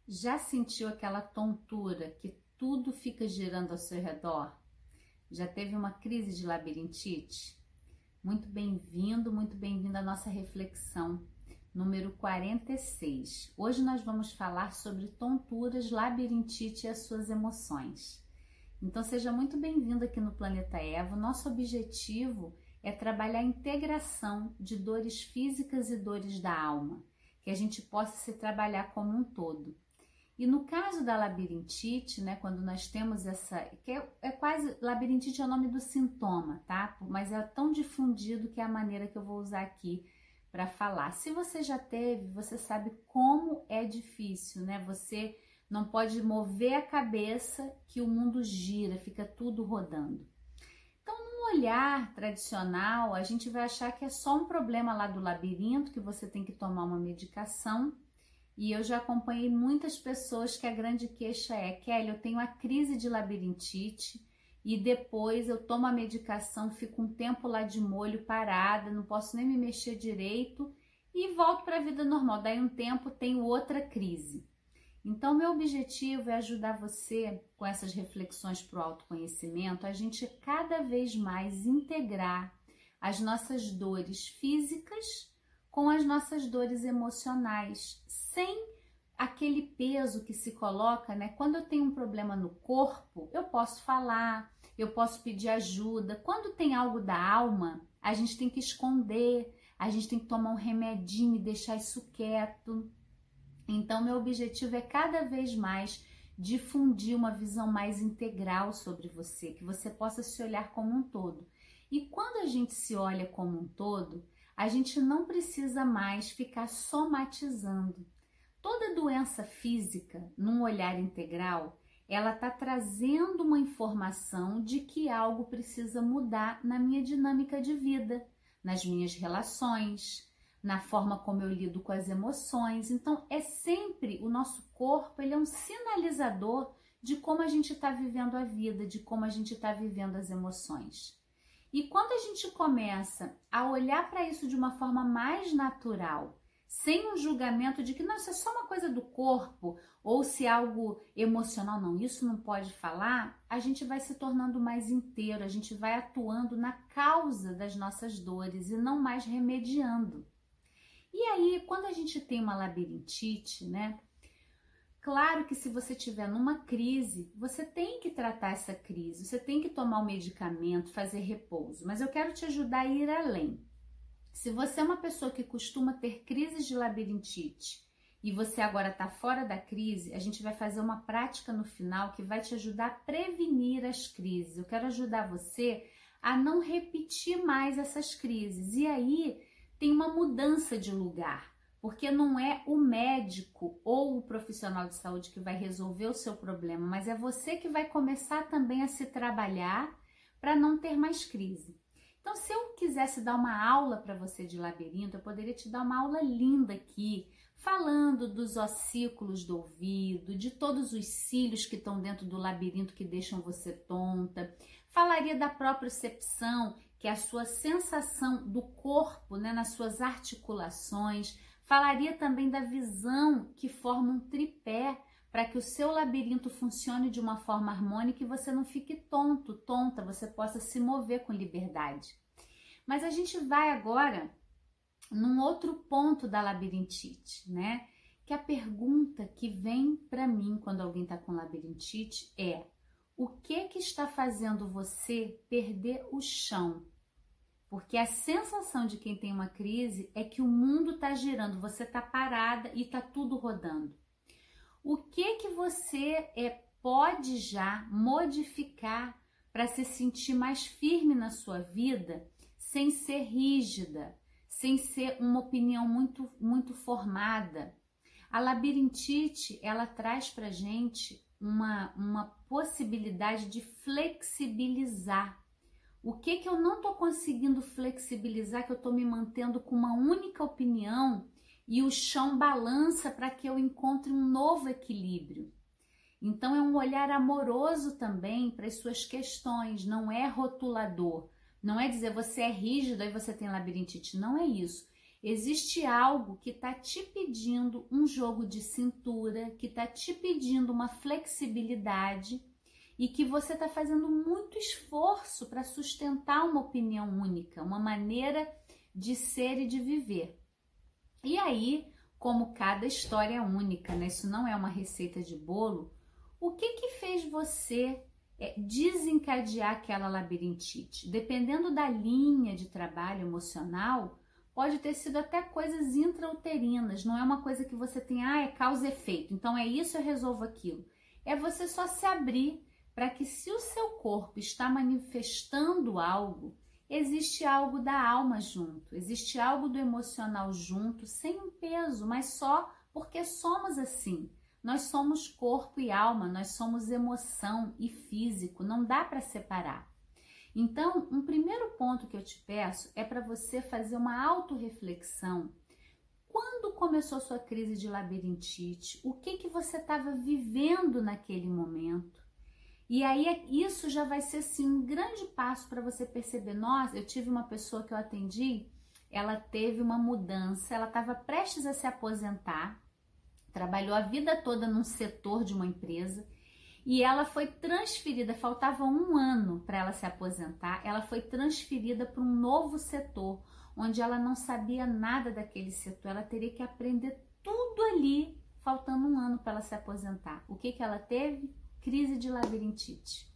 Já sentiu aquela tontura que tudo fica girando ao seu redor? Já teve uma crise de labirintite? Muito bem-vindo à nossa reflexão número 46. Hoje nós vamos falar sobre tonturas, labirintite e as suas emoções. Então seja muito bem-vindo aqui no Planeta Eva. Nosso objetivo é trabalhar a integração de dores físicas e dores da alma, que a gente possa se trabalhar como um todo. E no caso da labirintite, né, quando nós temos essa, que é quase, labirintite é o nome do sintoma, tá? Mas é tão difundido que é a maneira que eu vou usar aqui para falar. Se você já teve, você sabe como é difícil, né? Você não pode mover a cabeça que o mundo gira, fica tudo rodando. Então, num olhar tradicional, a gente vai achar que é só um problema lá do labirinto, que você tem que tomar uma medicação. E eu já acompanhei muitas pessoas que a grande queixa é: Kelly, eu tenho a crise de labirintite e depois eu tomo a medicação, fico um tempo lá de molho parada, não posso nem me mexer direito e volto para a vida normal. Daí um tempo tenho outra crise. Então, meu objetivo é ajudar você, com essas reflexões para o autoconhecimento, a gente cada vez mais integrar as nossas dores físicas com as nossas dores emocionais, sem aquele peso que se coloca, né? Quando eu tenho um problema no corpo, eu posso falar, eu posso pedir ajuda. Quando tem algo da alma, a gente tem que esconder, a gente tem que tomar um remedinho e deixar isso quieto. Então, meu objetivo é cada vez mais difundir uma visão mais integral sobre você, que você possa se olhar como um todo. E quando a gente se olha como um todo, a gente não precisa mais ficar somatizando. Toda doença física, num olhar integral, ela está trazendo uma informação de que algo precisa mudar na minha dinâmica de vida, nas minhas relações, na forma como eu lido com as emoções. Então, é sempre o nosso corpo, ele é um sinalizador de como a gente está vivendo a vida, de como a gente está vivendo as emoções. E quando a gente começa a olhar para isso de uma forma mais natural, sem um julgamento de que não, isso é só uma coisa do corpo, ou se é algo emocional, não, isso não pode falar, a gente vai se tornando mais inteiro, a gente vai atuando na causa das nossas dores e não mais remediando. E aí, quando a gente tem uma labirintite, né? Claro que se você estiver numa crise, você tem que tratar essa crise, você tem que tomar o medicamento, fazer repouso, mas eu quero te ajudar a ir além. Se você é uma pessoa que costuma ter crises de labirintite e você agora está fora da crise, a gente vai fazer uma prática no final que vai te ajudar a prevenir as crises. Eu quero ajudar você a não repetir mais essas crises. E aí tem uma mudança de lugar. Porque não é o médico ou o profissional de saúde que vai resolver o seu problema, mas é você que vai começar também a se trabalhar para não ter mais crise. Então, se eu quisesse dar uma aula para você de labirinto, eu poderia te dar uma aula linda aqui, falando dos ossículos do ouvido, de todos os cílios que estão dentro do labirinto que deixam você tonta. Falaria da propriocepção, que é a sua sensação do corpo, né, nas suas articulações. Falaria também da visão que forma um tripé para que o seu labirinto funcione de uma forma harmônica e você não fique tonto, tonta, você possa se mover com liberdade. Mas a gente vai agora num outro ponto da labirintite, né? Que a pergunta que vem para mim quando alguém está com labirintite é: o que está fazendo você perder o chão? Porque a sensação de quem tem uma crise é que o mundo está girando, você está parada e está tudo rodando. O que você pode já modificar para se sentir mais firme na sua vida, sem ser rígida, sem ser uma opinião muito formada? A labirintite, ela traz para a gente uma possibilidade de flexibilizar. O que eu não estou conseguindo flexibilizar, que eu estou me mantendo com uma única opinião e o chão balança para que eu encontre um novo equilíbrio. Então é um olhar amoroso também para as suas questões, não é rotulador. Não é dizer você é rígido e você tem labirintite, não é isso. Existe algo que está te pedindo um jogo de cintura, que está te pedindo uma flexibilidade e que você está fazendo muito esforço para sustentar uma opinião única, uma maneira de ser e de viver. E aí, como cada história é única, né? Isso não é uma receita de bolo, o que fez você desencadear aquela labirintite? Dependendo da linha de trabalho emocional, pode ter sido até coisas intrauterinas, não é uma coisa que você tem, é causa e efeito, então é isso, eu resolvo aquilo. É você só se abrir para que, se o seu corpo está manifestando algo, existe algo da alma junto, existe algo do emocional junto, sem um peso, mas só porque somos assim. Nós somos corpo e alma, nós somos emoção e físico, não dá para separar. Então, um primeiro ponto que eu te peço é para você fazer uma autorreflexão. Quando começou sua crise de labirintite? O que você estava vivendo naquele momento? E aí isso já vai ser assim, um grande passo para você perceber. Nossa, eu tive uma pessoa que eu atendi, ela teve uma mudança, ela estava prestes a se aposentar, trabalhou a vida toda num setor de uma empresa e ela foi transferida, faltava um ano para ela se aposentar, ela foi transferida para um novo setor, onde ela não sabia nada daquele setor, ela teria que aprender tudo ali, faltando um ano para ela se aposentar. O que ela teve? Crise de labirintite.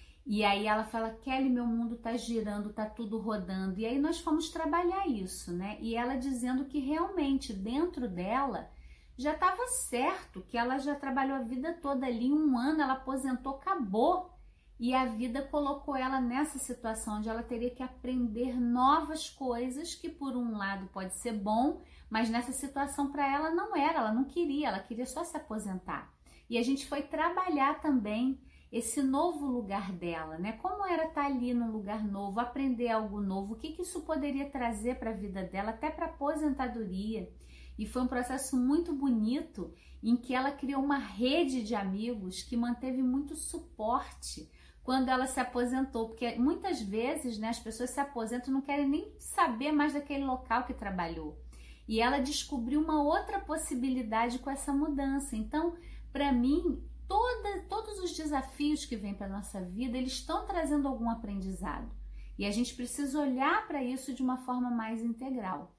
E aí ela fala, Kelly, meu mundo tá girando, tá tudo rodando. E aí nós fomos trabalhar isso, né? E ela dizendo que realmente dentro dela já estava certo, que ela já trabalhou a vida toda ali, um ano, ela aposentou, acabou. E a vida colocou ela nessa situação onde ela teria que aprender novas coisas, que por um lado pode ser bom, mas nessa situação para ela não era, ela não queria, ela queria só se aposentar. E a gente foi trabalhar também esse novo lugar dela, né? Como era estar ali num lugar novo, aprender algo novo, o que isso poderia trazer para a vida dela, até para a aposentadoria. E foi um processo muito bonito em que ela criou uma rede de amigos que manteve muito suporte quando ela se aposentou, porque muitas vezes, né, as pessoas se aposentam e não querem nem saber mais daquele local que trabalhou. E ela descobriu uma outra possibilidade com essa mudança. Então, para mim, todos os desafios que vêm para a nossa vida, eles estão trazendo algum aprendizado. E a gente precisa olhar para isso de uma forma mais integral.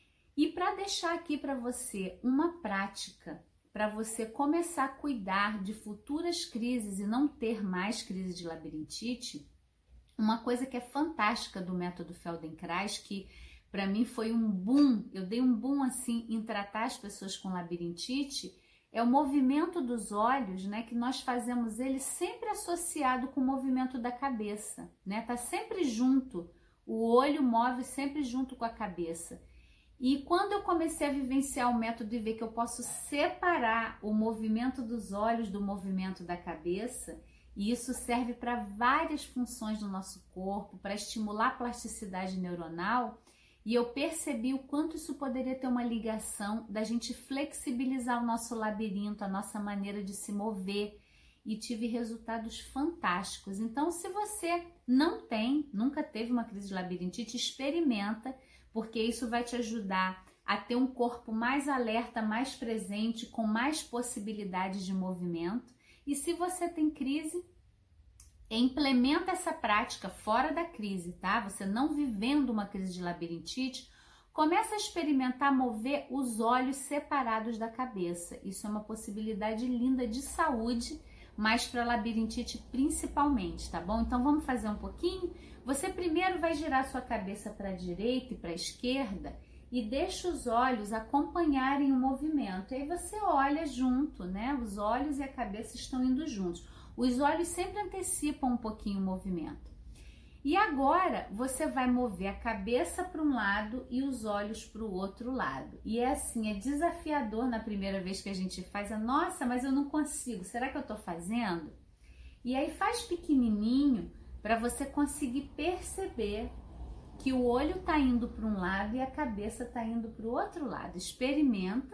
E para deixar aqui para você uma prática, para você começar a cuidar de futuras crises e não ter mais crise de labirintite, uma coisa que é fantástica do método Feldenkrais, que para mim foi um boom, eu dei um boom assim em tratar as pessoas com labirintite, é o movimento dos olhos, né, que nós fazemos ele sempre associado com o movimento da cabeça, né, tá sempre junto, o olho move sempre junto com a cabeça. E quando eu comecei a vivenciar o método e ver que eu posso separar o movimento dos olhos do movimento da cabeça, e isso serve para várias funções do nosso corpo, para estimular a plasticidade neuronal, e eu percebi o quanto isso poderia ter uma ligação da gente flexibilizar o nosso labirinto, a nossa maneira de se mover, e tive resultados fantásticos. Então, se você nunca teve uma crise de labirintite, experimenta, porque isso vai te ajudar a ter um corpo mais alerta, mais presente, com mais possibilidades de movimento. E se você tem crise, implementa essa prática fora da crise, tá? Você não vivendo uma crise de labirintite, começa a experimentar mover os olhos separados da cabeça. Isso é uma possibilidade linda de saúde, mas para labirintite principalmente, tá bom? Então vamos fazer um pouquinho? Você primeiro vai girar sua cabeça para a direita e para a esquerda e deixa os olhos acompanharem o movimento. Aí você olha junto, né? Os olhos e a cabeça estão indo juntos. Os olhos sempre antecipam um pouquinho o movimento. E agora você vai mover a cabeça para um lado e os olhos para o outro lado. E é assim, é desafiador na primeira vez que a gente faz. Nossa, mas eu não consigo, será que eu estou fazendo? E aí faz pequenininho para você conseguir perceber que o olho está indo para um lado e a cabeça está indo para o outro lado. Experimenta,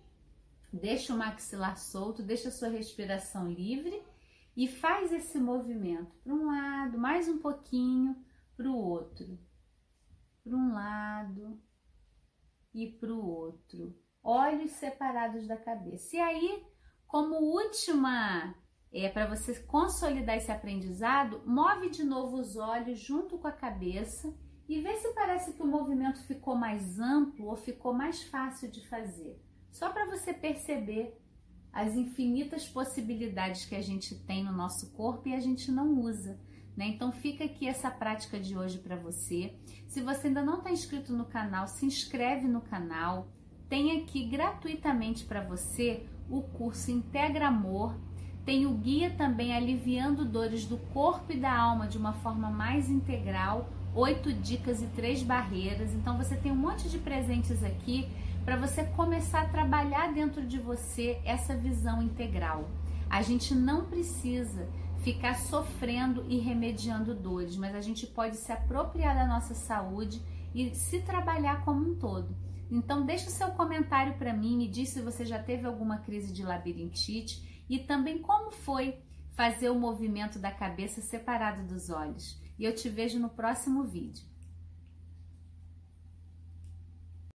deixa o maxilar solto, deixa a sua respiração livre e faz esse movimento para um lado, mais um pouquinho, para o outro. Para um lado, e para o outro. Olhos separados da cabeça. E aí, como última, para você consolidar esse aprendizado, move de novo os olhos junto com a cabeça e vê se parece que o movimento ficou mais amplo ou ficou mais fácil de fazer. Só para você perceber as infinitas possibilidades que a gente tem no nosso corpo e a gente não usa, né? Então fica aqui essa prática de hoje para você. Se você ainda não está inscrito no canal, se inscreve no canal. Tem aqui gratuitamente para você o curso Integra Amor. Tem o guia também Aliviando Dores do Corpo e da Alma de uma forma mais integral, 8 dicas e 3 barreiras. Então você tem um monte de presentes aqui para você começar a trabalhar dentro de você essa visão integral. A gente não precisa ficar sofrendo e remediando dores, mas a gente pode se apropriar da nossa saúde e se trabalhar como um todo. Então deixa o seu comentário para mim, me diz se você já teve alguma crise de labirintite e também como foi fazer o movimento da cabeça separado dos olhos. E eu te vejo no próximo vídeo.